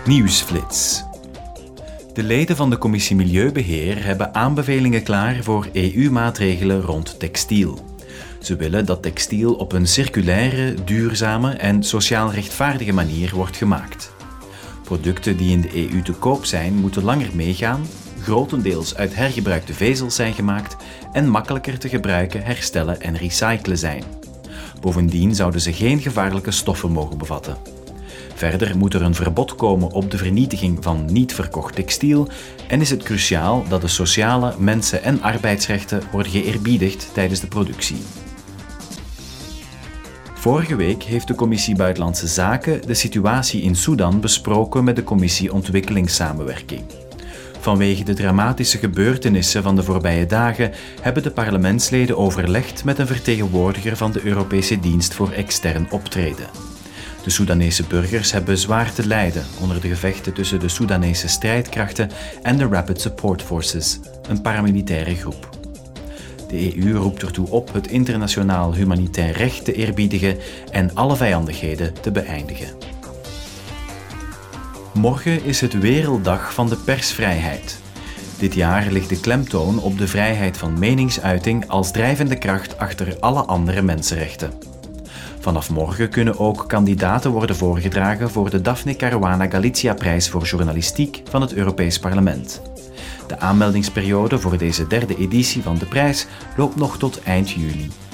Nieuwsflits. De leden van de Commissie Milieubeheer hebben aanbevelingen klaar voor EU-maatregelen rond textiel. Ze willen dat textiel op een circulaire, duurzame en sociaal rechtvaardige manier wordt gemaakt. Producten die in de EU te koop zijn, moeten langer meegaan, grotendeels uit hergebruikte vezels zijn gemaakt en makkelijker te gebruiken, herstellen en recyclen zijn. Bovendien zouden ze geen gevaarlijke stoffen mogen bevatten. Verder moet er een verbod komen op de vernietiging van niet verkocht textiel en is het cruciaal dat de sociale, mensen- en arbeidsrechten worden geëerbiedigd tijdens de productie. Vorige week heeft de Commissie Buitenlandse Zaken de situatie in Sudan besproken met de Commissie Ontwikkelingssamenwerking. Vanwege de dramatische gebeurtenissen van de voorbije dagen hebben de parlementsleden overlegd met een vertegenwoordiger van de Europese Dienst voor Extern Optreden. De Soedanese burgers hebben zwaar te lijden onder de gevechten tussen de Soedanese strijdkrachten en de Rapid Support Forces, een paramilitaire groep. De EU roept ertoe op het internationaal humanitair recht te eerbiedigen en alle vijandigheden te beëindigen. Morgen is het Werelddag van de persvrijheid. Dit jaar ligt de klemtoon op de vrijheid van meningsuiting als drijvende kracht achter alle andere mensenrechten. Vanaf morgen kunnen ook kandidaten worden voorgedragen voor de Daphne Caruana Galizia-prijs voor journalistiek van het Europees Parlement. De aanmeldingsperiode voor deze derde editie van de prijs loopt nog tot eind juli.